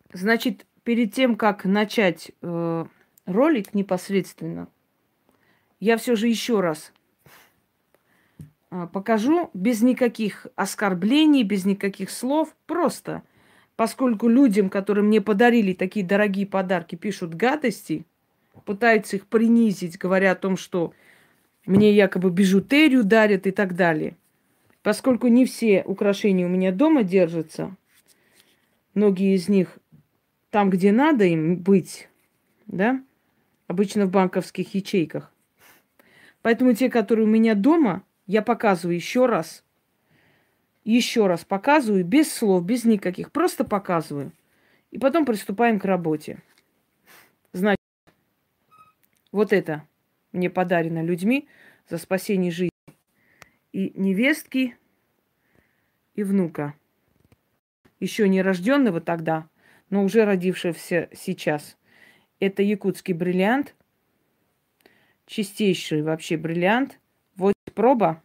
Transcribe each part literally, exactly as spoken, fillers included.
Значит, перед тем, как начать э, ролик непосредственно, я все же еще раз а, покажу без никаких оскорблений, без никаких слов, просто поскольку людям, которые мне подарили такие дорогие подарки, пишут гадости, пытаются их принизить, говоря о том, что мне якобы бижутерию дарят и так далее. Поскольку не все украшения у меня дома держатся, многие из них там, где надо им быть, да, обычно в банковских ячейках. Поэтому те, которые у меня дома, я показываю еще раз. Еще раз показываю, без слов, без никаких. Просто показываю. И потом приступаем к работе. Значит, вот это мне подарено людьми за спасение жизни. И невестки, и внука. Еще не рожденного тогда, но уже родившегося сейчас. Это якутский бриллиант. Чистейший вообще бриллиант. Вот проба.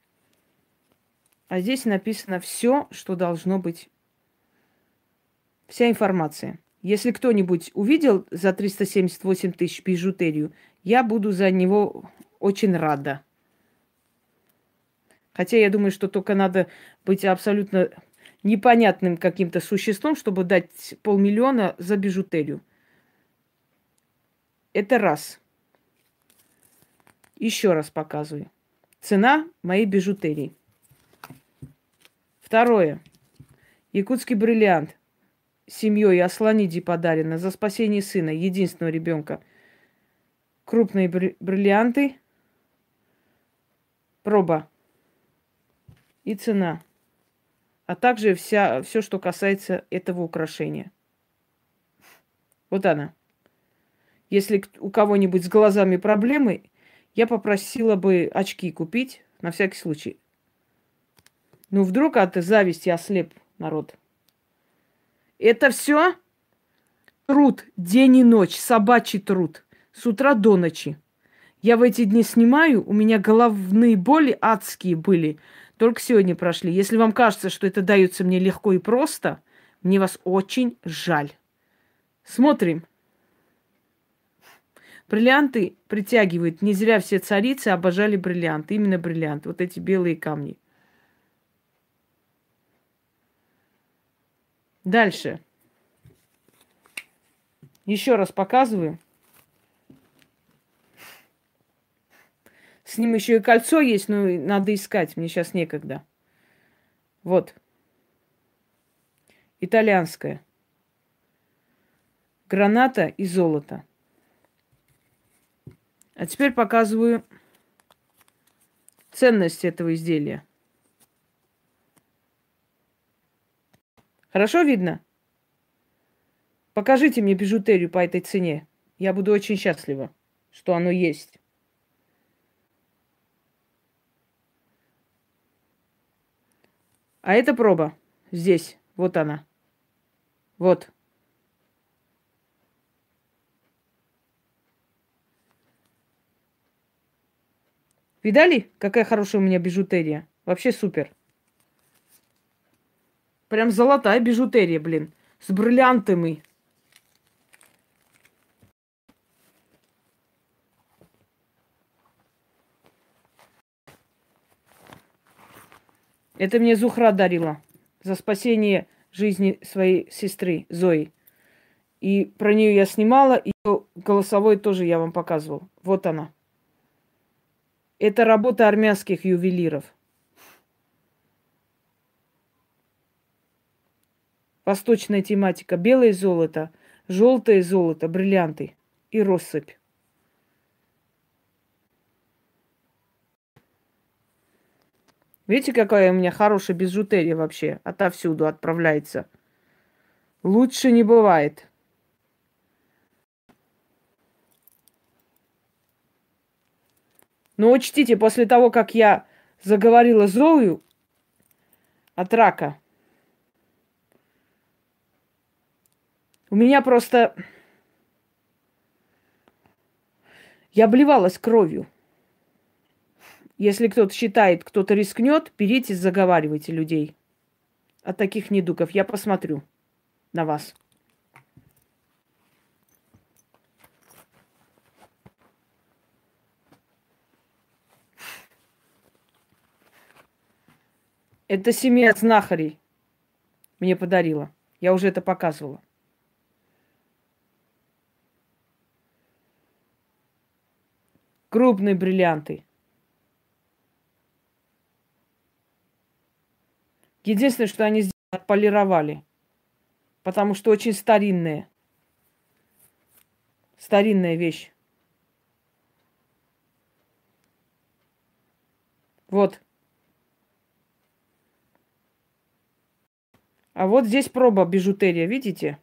А здесь написано все, что должно быть. Вся информация. Если кто-нибудь увидел за триста семьдесят восемь тысяч бижутерию, я буду за него очень рада. Хотя я думаю, что только надо быть абсолютно непонятным каким-то существом, чтобы дать полмиллиона за бижутерию. Это раз. Еще раз показываю. Цена моей бижутерии. Второе. Якутский бриллиант. Семьей Асланиди подарено за спасение сына, единственного ребенка. Крупные бриллианты. Проба. И цена. А также вся, все, что касается этого украшения. Вот она. Если у кого-нибудь с глазами проблемы, я попросила бы очки купить, на всякий случай. Ну, вдруг от зависти ослеп народ. Это все труд, день и ночь, собачий труд. С утра до ночи. Я в эти дни снимаю, у меня головные боли адские были. Только сегодня прошли. Если вам кажется, что это дается мне легко и просто, мне вас очень жаль. Смотрим. Бриллианты притягивают. Не зря все царицы обожали бриллианты. Именно бриллианты. Вот эти белые камни. Дальше. Еще раз показываю. С ним еще и кольцо есть, но надо искать. Мне сейчас некогда. Вот. Итальянская. Граната и золото. А теперь показываю ценность этого изделия. Хорошо видно? Покажите мне бижутерию по этой цене. Я буду очень счастлива, что оно есть. А это проба. Здесь. Вот она. Вот. Видали, какая хорошая у меня бижутерия? Вообще супер. Прям золотая бижутерия, блин. С бриллиантами. Это мне Зухра дарила за спасение жизни своей сестры Зои. И про нее я снимала, и голосовой тоже я вам показывал. Вот она. Это работа армянских ювелиров. Восточная тематика. Белое золото, желтое золото, бриллианты и россыпь. Видите, какая у меня хорошая бижутерия вообще? Отовсюду отправляется. Лучше не бывает. Но учтите, после того, как я заговорила Зою от рака, у меня просто... Я обливалась кровью. Если кто-то считает, кто-то рискнет, берите, заговаривайте людей от таких недугов. Я посмотрю на вас. Это семья знахарей мне подарила. Я уже это показывала. Крупные бриллианты. Единственное, что они здесь отполировали. Потому что очень старинные. Старинная вещь. Вот. А вот здесь проба бижутерия, видите?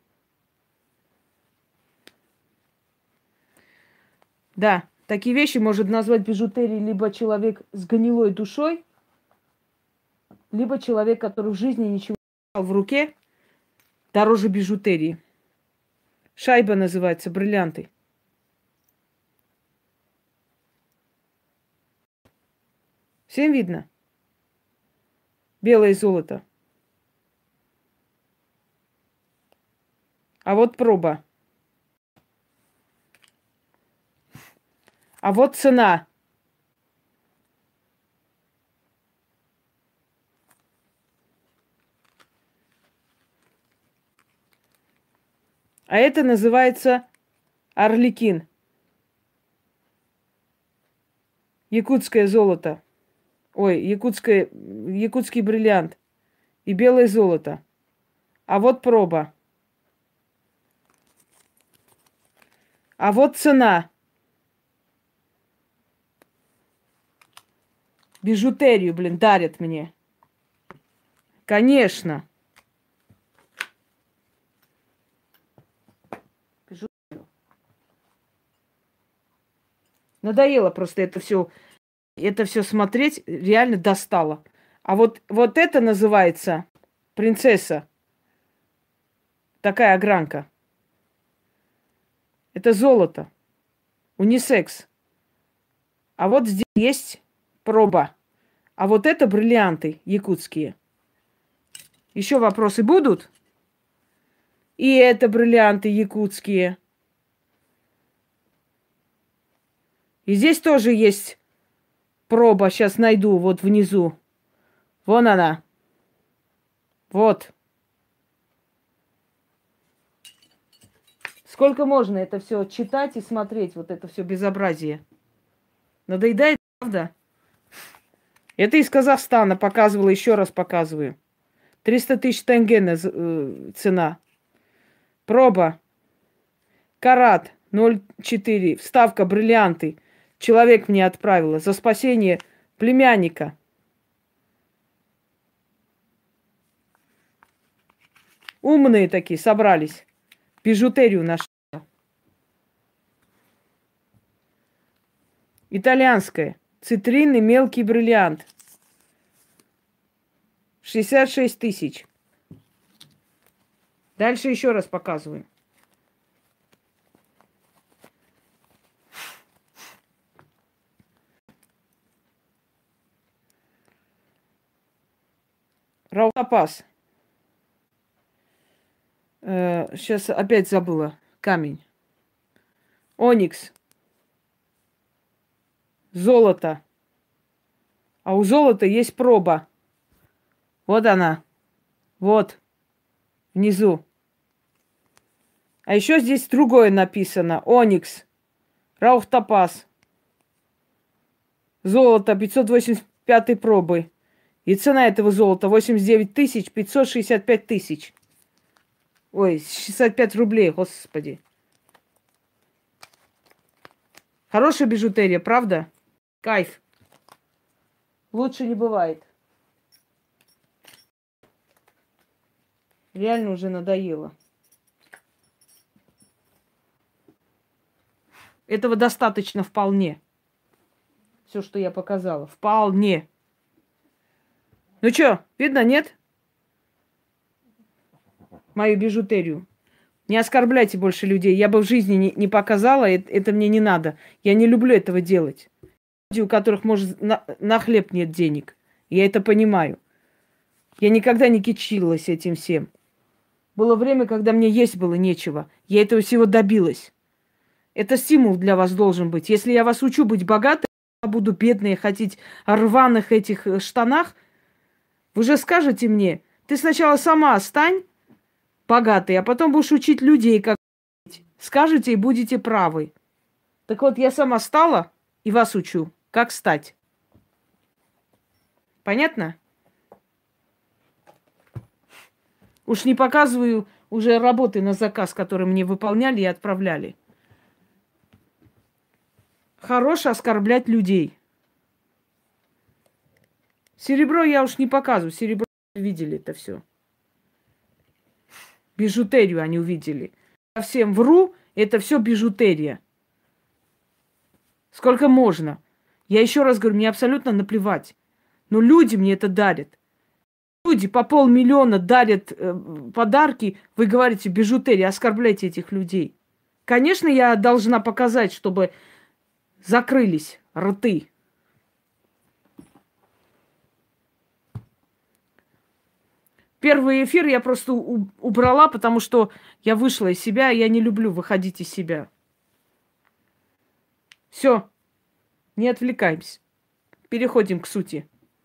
Да, такие вещи может назвать бижутерией либо человек с гнилой душой, либо человек, который в жизни ничего не имел в руке, дороже бижутерии. Шайба называется, бриллианты. Всем видно? Белое золото. А вот проба. А вот цена. А это называется орликин. Якутское золото. Ой, якутское, якутский бриллиант. И белое золото. А вот проба. А вот цена. Бижутерию, блин, дарят мне. Конечно. Бижутерию. Надоело просто это все, это все смотреть, реально достало. А вот, вот это называется принцесса. Такая огранка. Это золото. Унисекс. А вот здесь есть проба. А вот это бриллианты якутские. Еще вопросы будут? И это бриллианты якутские. И здесь тоже есть проба. Сейчас найду вот внизу. Вон она. Вот. Сколько можно это все читать и смотреть, вот это все безобразие? Надоедает, правда? Это из Казахстана показывала, еще раз показываю. триста тысяч тенге э, цена. Проба. Карат ноль целых четыре. Вставка бриллианты. Человек мне отправила за спасение племянника. Умные такие собрались. Бижутерию нашли. Итальянская. Цитринный мелкий бриллиант. шестьдесят шесть тысяч. Дальше еще раз показываю. Раутопаз. Э, сейчас опять забыла. Камень. Оникс. Золото. А у золота есть проба. Вот она. Вот. Внизу. А еще здесь другое написано. Оникс. Раухтопаз. Золото пятьсот восемьдесят пятой пробы. И цена этого золота восемьдесят девять тысяч пятьсот шестьдесят пять тысяч. Ой, шестьдесят пять рублей, господи. Хорошая бижутерия, правда? Кайф. Лучше не бывает. Реально уже надоело. Этого достаточно вполне. Все, что я показала. Вполне. Ну что, видно, нет? Мою бижутерию. Не оскорбляйте больше людей. Я бы в жизни не, не показала, это, это мне не надо. Я не люблю этого делать. Люди, у которых, может, на, на хлеб нет денег. Я это понимаю. Я никогда не кичилась этим всем. Было время, когда мне есть было нечего. Я этого всего добилась. Это стимул для вас должен быть. Если я вас учу быть богатой, я буду бедной, хотеть рваных этих штанах, Вы же скажете мне, ты сначала сама стань богатой, а потом будешь учить людей, как жить. Скажете и будете правы. Так вот, я сама стала и вас учу, как стать. Понятно? Уж не показываю уже работы на заказ, которые мне выполняли и отправляли. Хорош оскорблять людей. Серебро я уж не показываю. Серебро видели это все. Бижутерию они увидели. Я всем вру, это все бижутерия. Сколько можно? Я еще раз говорю, мне абсолютно наплевать. Но люди мне это дарят. Люди по полмиллиона дарят э, подарки. Вы говорите бижутерия, оскорбляйте этих людей. Конечно, я должна показать, чтобы закрылись рты. Первый эфир я просто убрала, потому что я вышла из себя, я не люблю выходить из себя. Все, не отвлекаемся. Переходим к сути.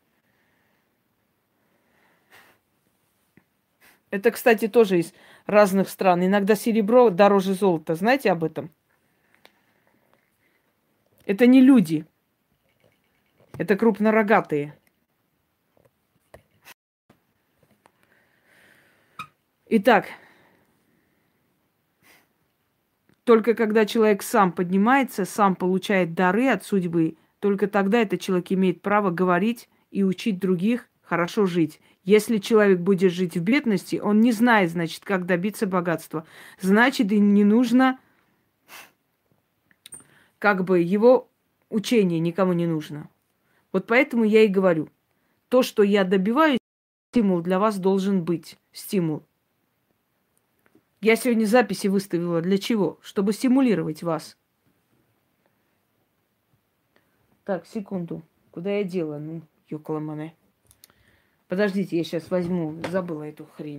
Это, кстати, тоже из разных стран. Иногда серебро дороже золота. Знаете об этом? Это не люди. Это крупнорогатые. Итак, только когда человек сам поднимается, сам получает дары от судьбы, только тогда этот человек имеет право говорить и учить других хорошо жить. Если человек будет жить в бедности, он не знает, значит, как добиться богатства. Значит, и не нужно, как бы, его учение никому не нужно. Вот поэтому я и говорю, то, что я добиваюсь, стимул для вас должен быть. Стимул. Я сегодня записи выставила. Для чего? Чтобы стимулировать вас. Так, секунду. Куда я дела? Ну, ёкаламане. Подождите, я сейчас возьму. Забыла эту хрень.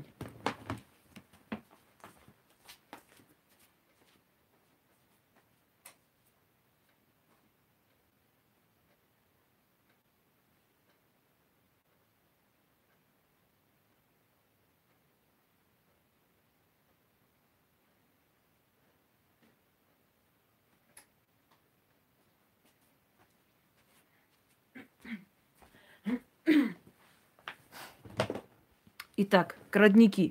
Итак, крадники.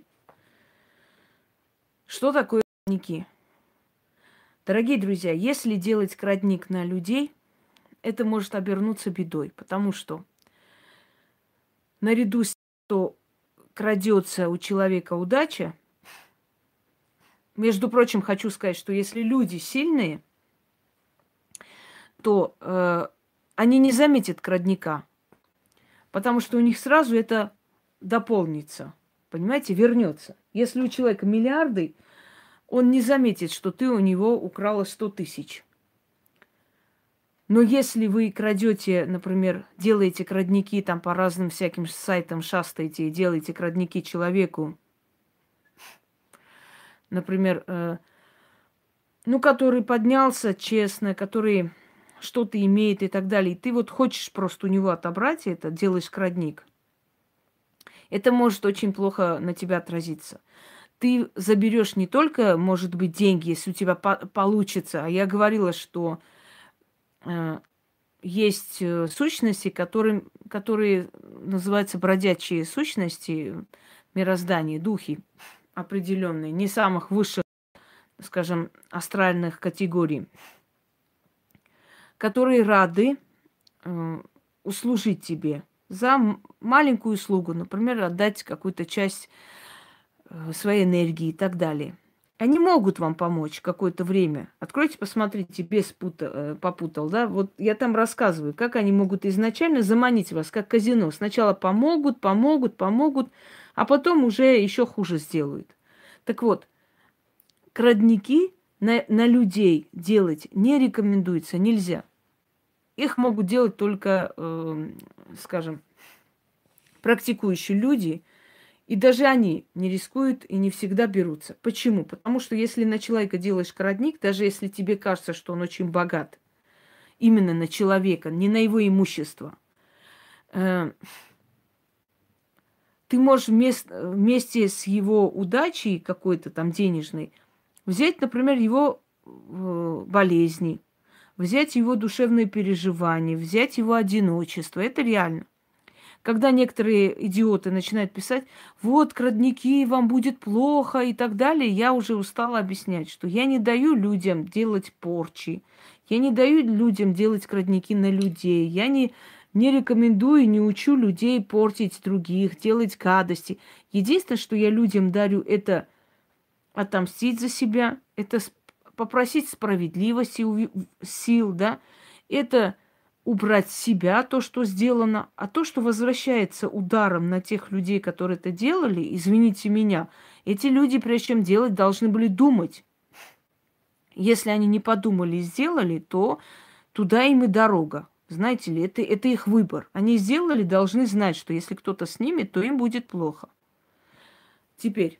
Что такое крадники? Дорогие друзья, если делать крадник на людей, это может обернуться бедой, потому что наряду с тем, что крадется у человека удача, между прочим, хочу сказать, что если люди сильные, то э, они не заметят крадника, потому что у них сразу это дополнится, понимаете, вернется. Если у человека миллиарды, он не заметит, что ты у него украла сто тысяч. Но если вы крадете, например, делаете крадники там по разным всяким сайтам, шастаете и делаете крадники человеку, например, э, ну, который поднялся честно, который что-то имеет и так далее, и ты вот хочешь просто у него отобрать это, делаешь крадник, это может очень плохо на тебя отразиться. Ты заберешь не только, может быть, деньги, если у тебя по- получится, а я говорила, что э, есть э, сущности, которые, которые называются бродячие сущности мироздания, духи определенные, не самых высших, скажем, астральных категорий, которые рады э, услужить тебе за м- маленькую услугу, например, отдать какую-то часть э, своей энергии и так далее. Они могут вам помочь какое-то время. Откройте, посмотрите, без пута, э, попутал, да? Вот я там рассказываю, как они могут изначально заманить вас, как казино. Сначала помогут, помогут, помогут, а потом уже еще хуже сделают. Так вот, крадники на, на людей делать не рекомендуется, нельзя. Их могут делать только, э, скажем, практикующие люди, и даже они не рискуют и не всегда берутся. Почему? Потому что если на человека делаешь крадник, даже если тебе кажется, что он очень богат, именно на человека, не на его имущество, э, ты можешь вместе, вместе с его удачей какой-то там денежной взять, например, его э, болезни, взять его душевные переживания, взять его одиночество. Это реально. Когда некоторые идиоты начинают писать, вот, крадники, вам будет плохо и так далее, я уже устала объяснять, что я не даю людям делать порчи, я не даю людям делать крадники на людей, я не, не рекомендую, не учу людей портить других, делать гадости. Единственное, что я людям дарю, это отомстить за себя, это попросить справедливости, сил, да, это убрать с себя то, что сделано, а то, что возвращается ударом на тех людей, которые это делали, извините меня, эти люди, прежде чем делать, должны были думать. Если они не подумали и сделали, то туда им и дорога. Знаете ли, это, это их выбор. Они сделали, должны знать, что если кто-то снимет, то им будет плохо. Теперь,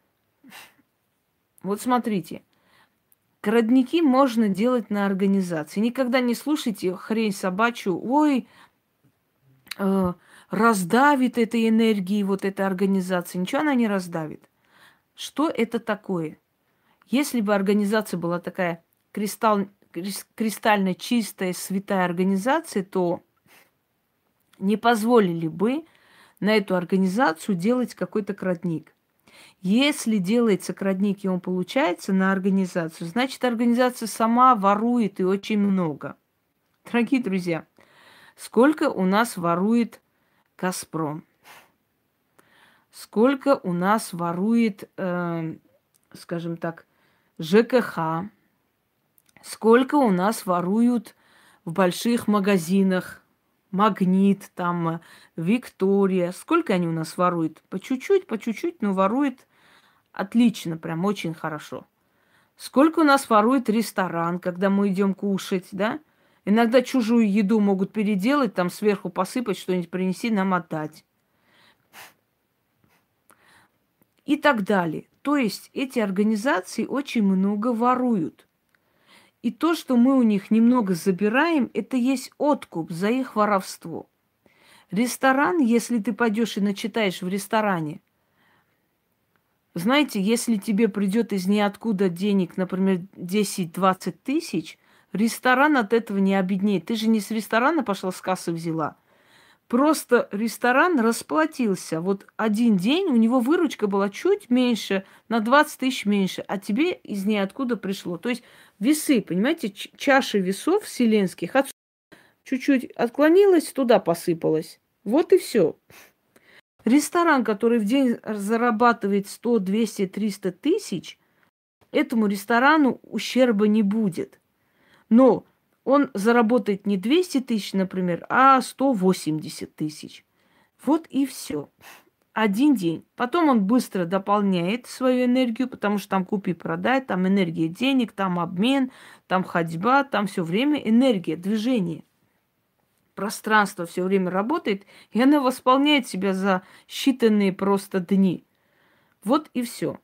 вот смотрите. Крадники можно делать на организации. Никогда не слушайте хрень собачью. Ой, э, раздавит этой энергией вот эта организация. Ничего она не раздавит. Что это такое? Если бы организация была такая кристалл, кристально чистая, святая организация, то не позволили бы на эту организацию делать какой-то крадник. Если делается крадник, и он получается на организацию, значит, организация сама ворует и очень много. Дорогие друзья, сколько у нас ворует «Газпром», сколько у нас ворует, э, скажем так, ЖКХ, сколько у нас воруют в больших магазинах, Магнит, там, Виктория. Сколько они у нас воруют? По чуть-чуть, по чуть-чуть, но воруют отлично, прям очень хорошо. Сколько у нас ворует ресторан, когда мы идем кушать, да? Иногда чужую еду могут переделать, там сверху посыпать, что-нибудь принеси, нам отдать. И так далее. То есть эти организации очень много воруют. И то, что мы у них немного забираем, это есть откуп за их воровство. Ресторан, если ты пойдешь и начитаешь в ресторане, знаете, если тебе придет из ниоткуда денег, например, десять-двадцать тысяч, ресторан от этого не обеднеет. Ты же не с ресторана пошла, с кассы взяла. Просто ресторан расплатился. Вот один день у него выручка была чуть меньше, на двадцать тысяч меньше, а тебе из ниоткуда пришло. То есть весы, понимаете, чаша весов вселенских от... чуть-чуть отклонилась, туда посыпалась. Вот и все. Ресторан, который в день зарабатывает сто, двести, триста тысяч, этому ресторану ущерба не будет. Но он заработает не двести тысяч, например, а сто восемьдесят тысяч. Вот и все. Один день. Потом он быстро дополняет свою энергию, потому что там купи-продай, там энергия денег, там обмен, там ходьба, там все время энергия, движение. Пространство все время работает, и она восполняет себя за считанные просто дни. Вот и все.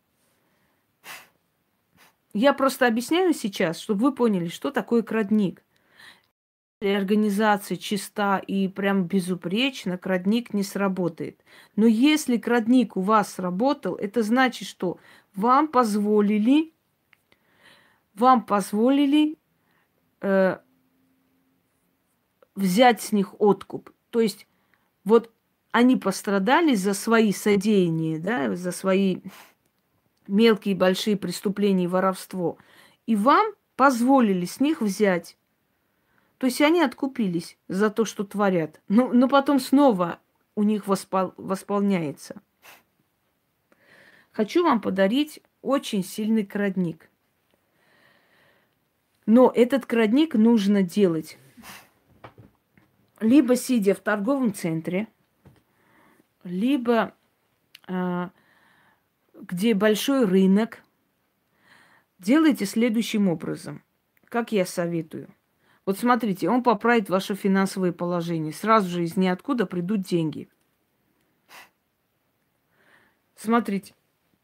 Я просто объясняю сейчас, чтобы вы поняли, что такое крадник. Организация чиста и прям безупречно, крадник не сработает. Но если крадник у вас сработал, это значит, что вам позволили, вам позволили э, взять с них откуп. То есть вот они пострадали за свои содеяния, да, за свои мелкие и большие преступления и воровство. И вам позволили с них взять. То есть они откупились за то, что творят. Но, но потом снова у них воспол, восполняется. Хочу вам подарить очень сильный крадник. Но этот крадник нужно делать либо сидя в торговом центре, либо э, где большой рынок. Делайте следующим образом, как я советую. Вот смотрите, он поправит ваше финансовое положение. Сразу же из ниоткуда придут деньги. Смотрите.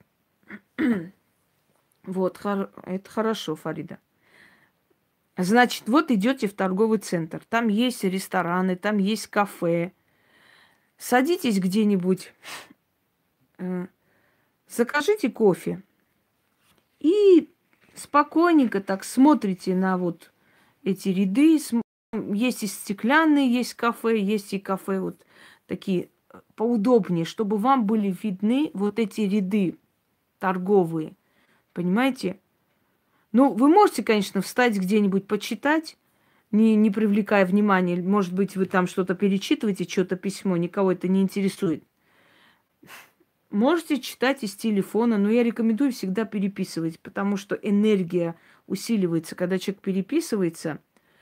Вот, это хорошо, Фарида. Значит, вот идете в торговый центр. Там есть рестораны, там есть кафе. Садитесь где-нибудь э, закажите кофе и спокойненько так смотрите на вот эти ряды. См- Есть и стеклянные, есть кафе, есть и кафе вот такие э, поудобнее, чтобы вам были видны вот эти ряды торговые. Понимаете? Ну, вы можете, конечно, встать где-нибудь почитать, не, не привлекая внимания. Может быть, вы там что-то перечитываете, что-то письмо, никого это не интересует. Можете читать из телефона, но я рекомендую всегда переписывать, потому что энергия усиливается. Когда человек переписывается,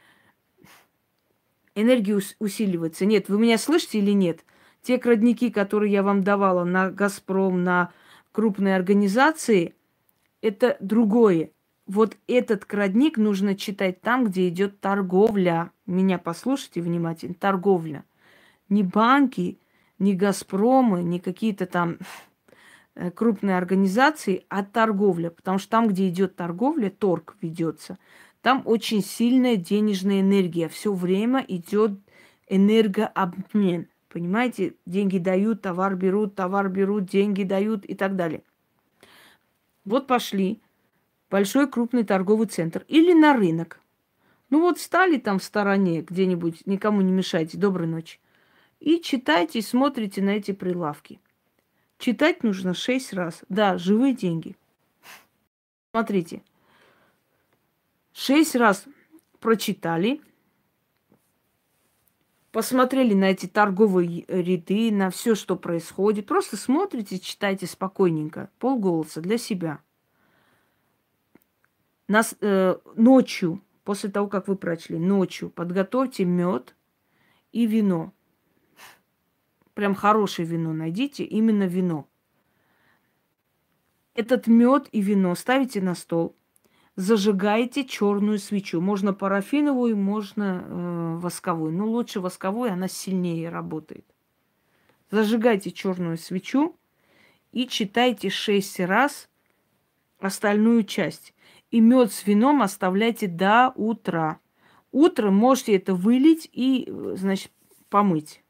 энергия ус- усиливается. Нет, вы меня слышите или нет? Те крадники, которые я вам давала на «Газпром», на крупные организации, это другое. Вот этот крадник нужно читать там, где идет торговля. Меня послушайте внимательно. Торговля. Не банки, не «Газпромы», не какие-то там э, крупные организации, а торговля. Потому что там, где идет торговля, торг ведется, там очень сильная денежная энергия. Все время идет энергообмен. Понимаете, деньги дают, товар берут, товар берут, деньги дают и так далее. Вот пошли в большой крупный торговый центр или на рынок. Ну вот стали там в стороне где-нибудь, никому не мешайте, доброй ночи. И читайте, смотрите на эти прилавки. Читать нужно шесть раз. Да, живые деньги. Смотрите. Шесть раз прочитали, посмотрели на эти торговые ряды, на все, что происходит. Просто смотрите, читайте спокойненько, полголоса для себя. Нас, э, ночью, после того, как вы прочли, ночью подготовьте мед и вино. Прям хорошее вино найдите, именно вино. Этот мед и вино ставите на стол, зажигаете черную свечу. Можно парафиновую, можно э, восковую. Но лучше восковую, она сильнее работает. Зажигайте черную свечу и читайте шесть раз остальную часть. И мед с вином оставляйте до утра. Утром можете это вылить и, значит, помыть.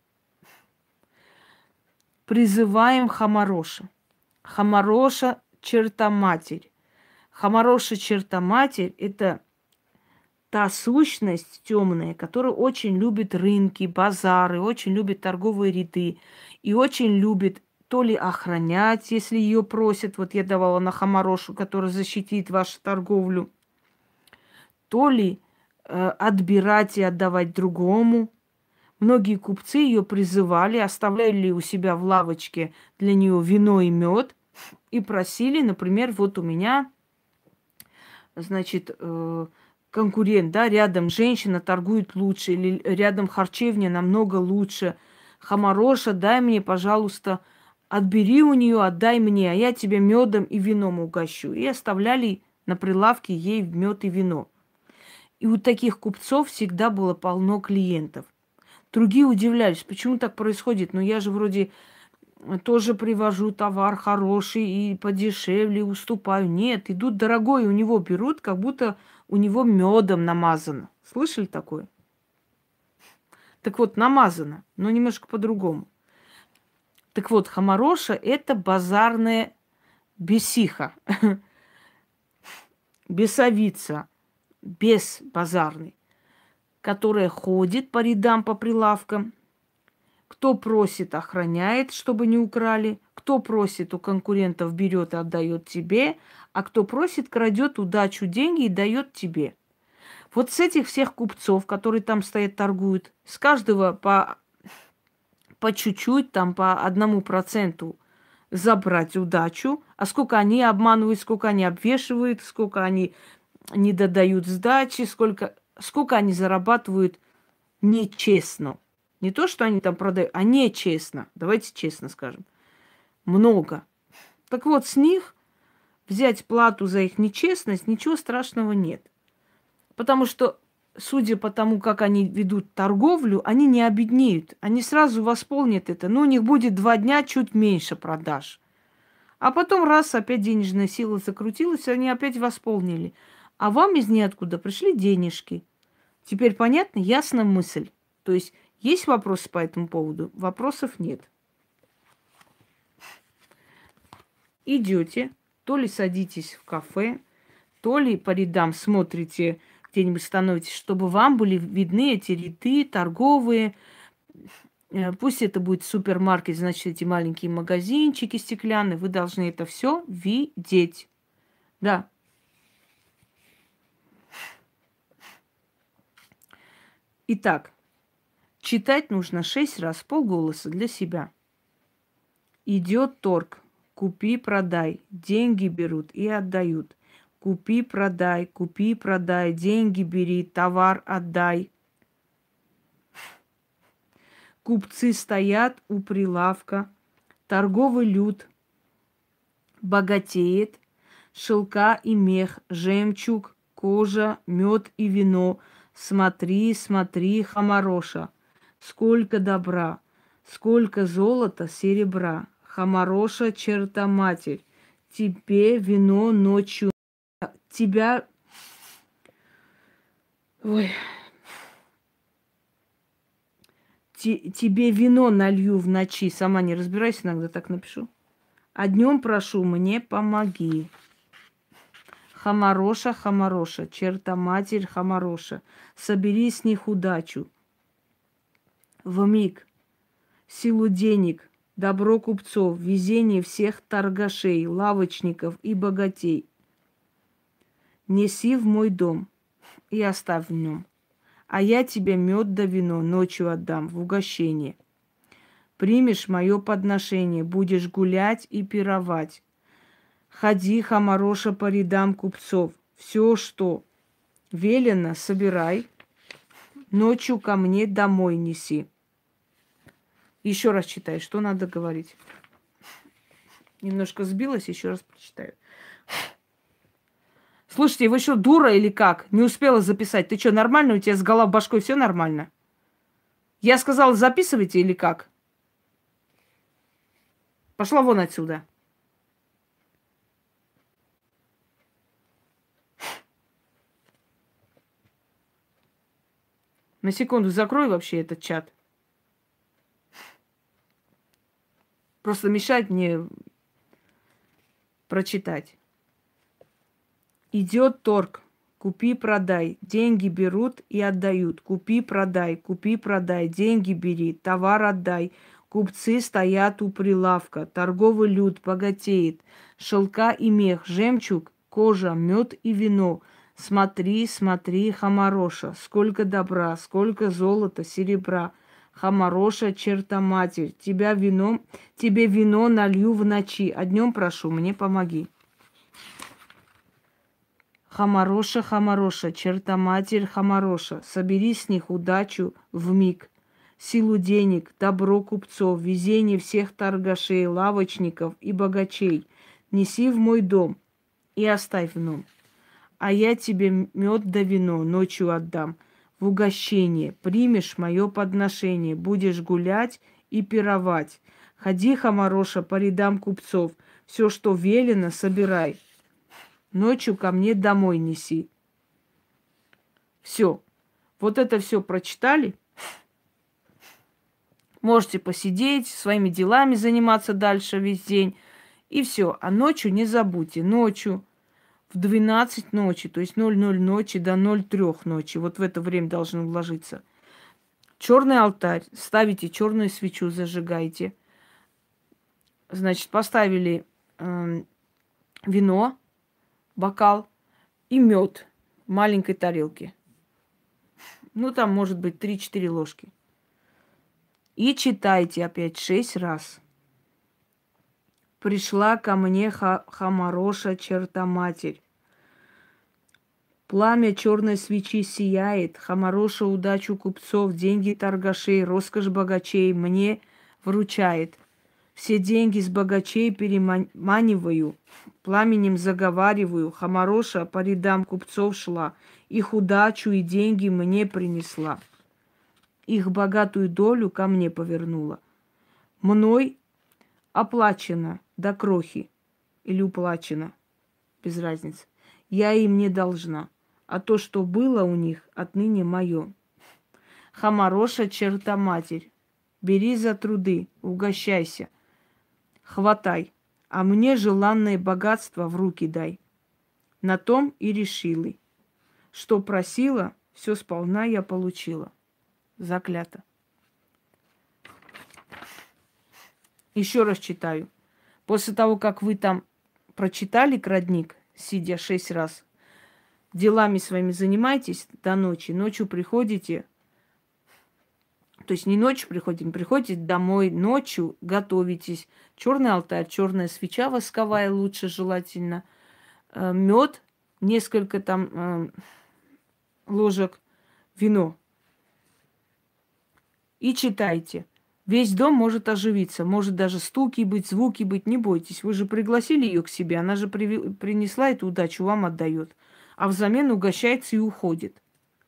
Призываем Хамароша. Хамароша – черта-матерь. Хамароша черта-матерь – это та сущность темная, которая очень любит рынки, базары, очень любит торговые ряды и очень любит то ли охранять, если ее просят, вот я давала на Хамарошу, которая защитит вашу торговлю, то ли э, отбирать и отдавать другому. Многие купцы ее призывали, оставляли у себя в лавочке для нее вино и мед и просили, например, вот у меня, значит, э, конкурент, да, рядом женщина торгует лучше, или рядом харчевня намного лучше. Хамароша, дай мне, пожалуйста, отбери у нее, отдай мне, а я тебе медом и вином угощу. И оставляли на прилавке ей мед и вино. И у таких купцов всегда было полно клиентов. Другие удивлялись, почему так происходит. Но я же вроде тоже привожу товар хороший и подешевле уступаю. Нет, идут дорогой, у него берут, как будто у него медом намазано. Слышали такое? Так вот, намазано, но немножко по-другому. Так вот, Хамароша – это базарная бесиха, бесовица, бес базарный, которая ходит по рядам, по прилавкам. Кто просит, охраняет, чтобы не украли. Кто просит, у конкурентов берет и отдает тебе. А кто просит, крадет удачу, деньги и дает тебе. Вот с этих всех купцов, которые там стоят, торгуют, с каждого по, по чуть-чуть, там по одному проценту забрать удачу. А сколько они обманывают, сколько они обвешивают, сколько они не додают сдачи, сколько, сколько они зарабатывают нечестно. Не то, что они там продают, а нечестно. Давайте честно скажем. Много. Так вот, с них взять плату за их нечестность, ничего страшного нет. Потому что, судя по тому, как они ведут торговлю, они не обеднеют. Они сразу восполнят это. Но у них будет два дня чуть меньше продаж. А потом раз, опять денежная сила закрутилась, они опять восполнили. А вам из ниоткуда пришли денежки. Теперь понятно? Ясна мысль. То есть есть вопросы по этому поводу? Вопросов нет. идете, то ли садитесь в кафе, то ли по рядам смотрите, где-нибудь становитесь, чтобы вам были видны эти ряды торговые. Э, Пусть это будет супермаркет, значит, эти маленькие магазинчики стеклянные, вы должны это все видеть. Да. Итак, читать нужно шесть раз, полголоса для себя. Идет торг. Купи-продай. Деньги берут и отдают. Купи-продай, купи-продай. Деньги бери, товар отдай. Купцы стоят у прилавка. Торговый люд богатеет. Шелка и мех, жемчуг, кожа, мед и вино. Смотри, смотри, Хамароша, сколько добра, сколько золота, серебра. Хамароша, черта матерь, тебе вино ночью, тебя... Ой. Те- тебе вино налью в ночи, сама не разбирайся, иногда так напишу. А днем прошу, мне помоги. Хамароша, Хамароша, черта матерь Хамароша, собери с них удачу. Вмиг, силу денег, добро купцов, везение всех торгашей, лавочников и богатей. Неси в мой дом и оставь в нем, а я тебе мед да вино ночью отдам в угощение. Примешь мое подношение, будешь гулять и пировать. Ходи, Хамароша, по рядам купцов. Все, что велено, собирай. Ночью ко мне домой неси. Еще раз читай, что надо говорить. Немножко сбилась, еще раз прочитаю. Слушайте, вы что, дура или как? Не успела записать. Ты что, нормально? У тебя с головой башкой все нормально? Я сказала, записывайте или как? Пошла вон отсюда. На секунду закрой вообще этот чат. Просто мешает мне прочитать. Идет торг. Купи-продай. Деньги берут и отдают. Купи-продай, купи-продай. Деньги бери, товар отдай. Купцы стоят у прилавка. Торговый люд богатеет. Шелка и мех, жемчуг, кожа, мед и вино. Смотри, смотри, Хамароша, сколько добра, сколько золота, серебра. Хамароша, черта матерь, тебя вином, тебе вино налью в ночи, а днем прошу, мне помоги. Хамароша, Хамароша, черта матерь Хамароша, собери с них удачу вмиг, силу денег, добро купцов, везение всех торгашей, лавочников и богачей. Неси в мой дом и оставь в нем. А я тебе мед да вино ночью отдам в угощение. Примешь мое подношение, будешь гулять и пировать. Ходи, Хамароша, по рядам купцов, все, что велено, собирай. Ночью ко мне домой неси. Все. Вот это все прочитали. Можете посидеть, своими делами заниматься дальше весь день. И все. А ночью не забудьте. Ночью в двенадцать ночи, то есть ноль ноль ночи до ноль три ночи. Вот в это время должны уложиться. Черный алтарь. Ставите черную свечу, зажигаете. Значит, поставили э, вино, бокал и мед в маленькой тарелке. Ну, там может быть три-четыре ложки. И читайте опять шесть раз. Пришла ко мне ха- Хамароша, черта матерь. Пламя черной свечи сияет, Хамароша удачу купцов, деньги торгашей, роскошь богачей мне вручает. Все деньги с богачей переманиваю, пламенем заговариваю, Хамароша по рядам купцов шла, их удачу и деньги мне принесла. Их богатую долю ко мне повернула. Мной оплачено до крохи или уплачено, без разницы. Я им не должна, а то, что было у них, отныне мое. Хамароша, черта матерь, бери за труды, угощайся, хватай, а мне желанное богатство в руки дай. На том и решила. Что просила, все сполна я получила. Заклято. Еще раз читаю. После того, как вы там прочитали крадник, сидя шесть раз, делами своими занимаетесь до ночи, ночью приходите, то есть не ночью приходите, приходите домой, ночью готовитесь. Черный алтарь, черная свеча восковая лучше желательно, мед, несколько там ложек, вино. И читайте. Весь дом может оживиться, может даже стуки быть, звуки быть, не бойтесь. Вы же пригласили ее к себе, она же при... принесла эту удачу, вам отдает. А взамен угощается и уходит.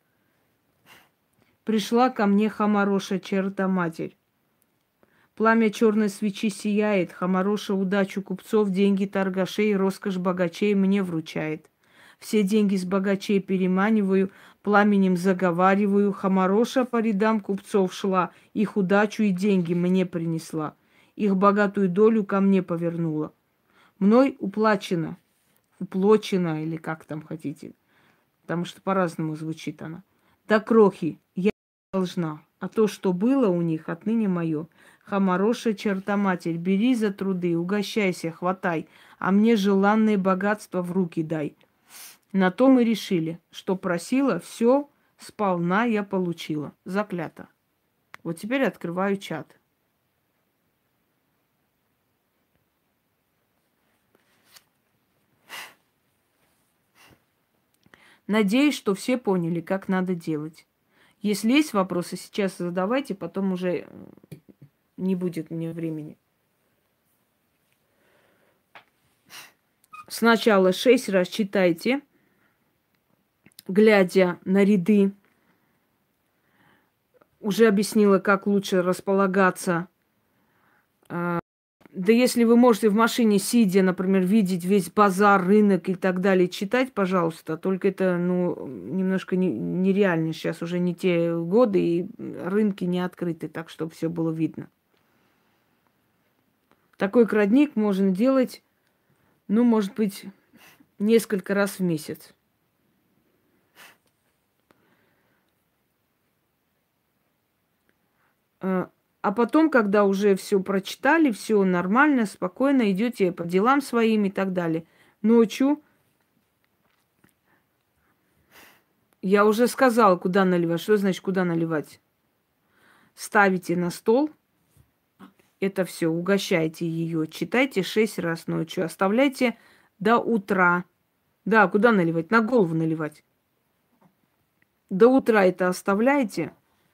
Пришла ко мне Хамароша, черта матерь. Пламя черной свечи сияет, Хамароша удачу купцов, деньги торгашей, роскошь богачей мне вручает. Все деньги с богачей переманиваю, пламенем заговариваю. Хамароша по рядам купцов шла, их удачу и деньги мне принесла. Их богатую долю ко мне повернула. Мной уплачено, уплочено, или как там хотите, потому что по-разному звучит она. Да крохи, я должна, а то, что было у них, отныне мое. Хамароша, черта матерь, бери за труды, угощайся, хватай, а мне желанное богатство в руки дай. На то мы решили, что просила, все сполна я получила. Заклято. Вот теперь открываю чат. Надеюсь, что все поняли, как надо делать. Если есть вопросы, сейчас задавайте, потом уже не будет мне времени. Сначала шесть раз читайте, глядя на ряды. Уже объяснила, как лучше располагаться. Да если вы можете в машине, сидя, например, видеть весь базар, рынок и так далее, читать, пожалуйста. Только это, ну, немножко не, нереально. Сейчас уже не те годы, и рынки не открыты, так, чтобы все было видно. Такой крадник можно делать, ну, может быть, несколько раз в месяц. А потом, когда уже все прочитали, все нормально, спокойно, идете по делам своим и так далее. Ночью я уже сказала, куда наливать. Что значит, куда наливать? Ставите на стол, это все, угощайте ее, читайте шесть раз ночью, оставляйте до утра. Да, куда наливать? На голову наливать. До утра это оставляйте.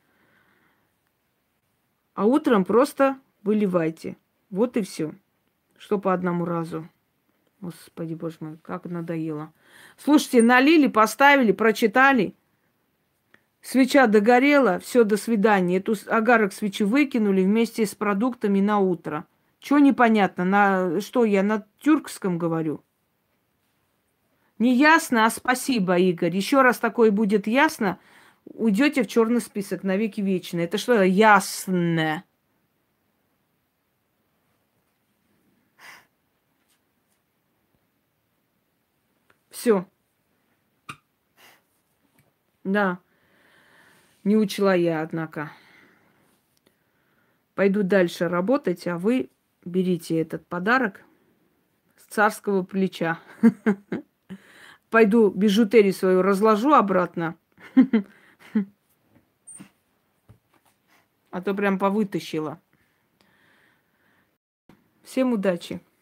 А утром просто выливайте. Вот и все. Что по одному разу. Господи, боже мой, как надоело. Слушайте, налили, поставили, прочитали. Свеча догорела, все, до свидания. Эту огарок свечи выкинули вместе с продуктами на утро. Чего непонятно? На что я на тюркском говорю? Не ясно, а спасибо, Игорь. Еще раз такое будет ясно, уйдете в черный список навеки вечные. Это что, ясно? Все. Да. Не учла я, однако. Пойду дальше работать, а вы берите этот подарок с царского плеча. Пойду бижутерию свою разложу обратно. А то прям повытащила. Всем удачи!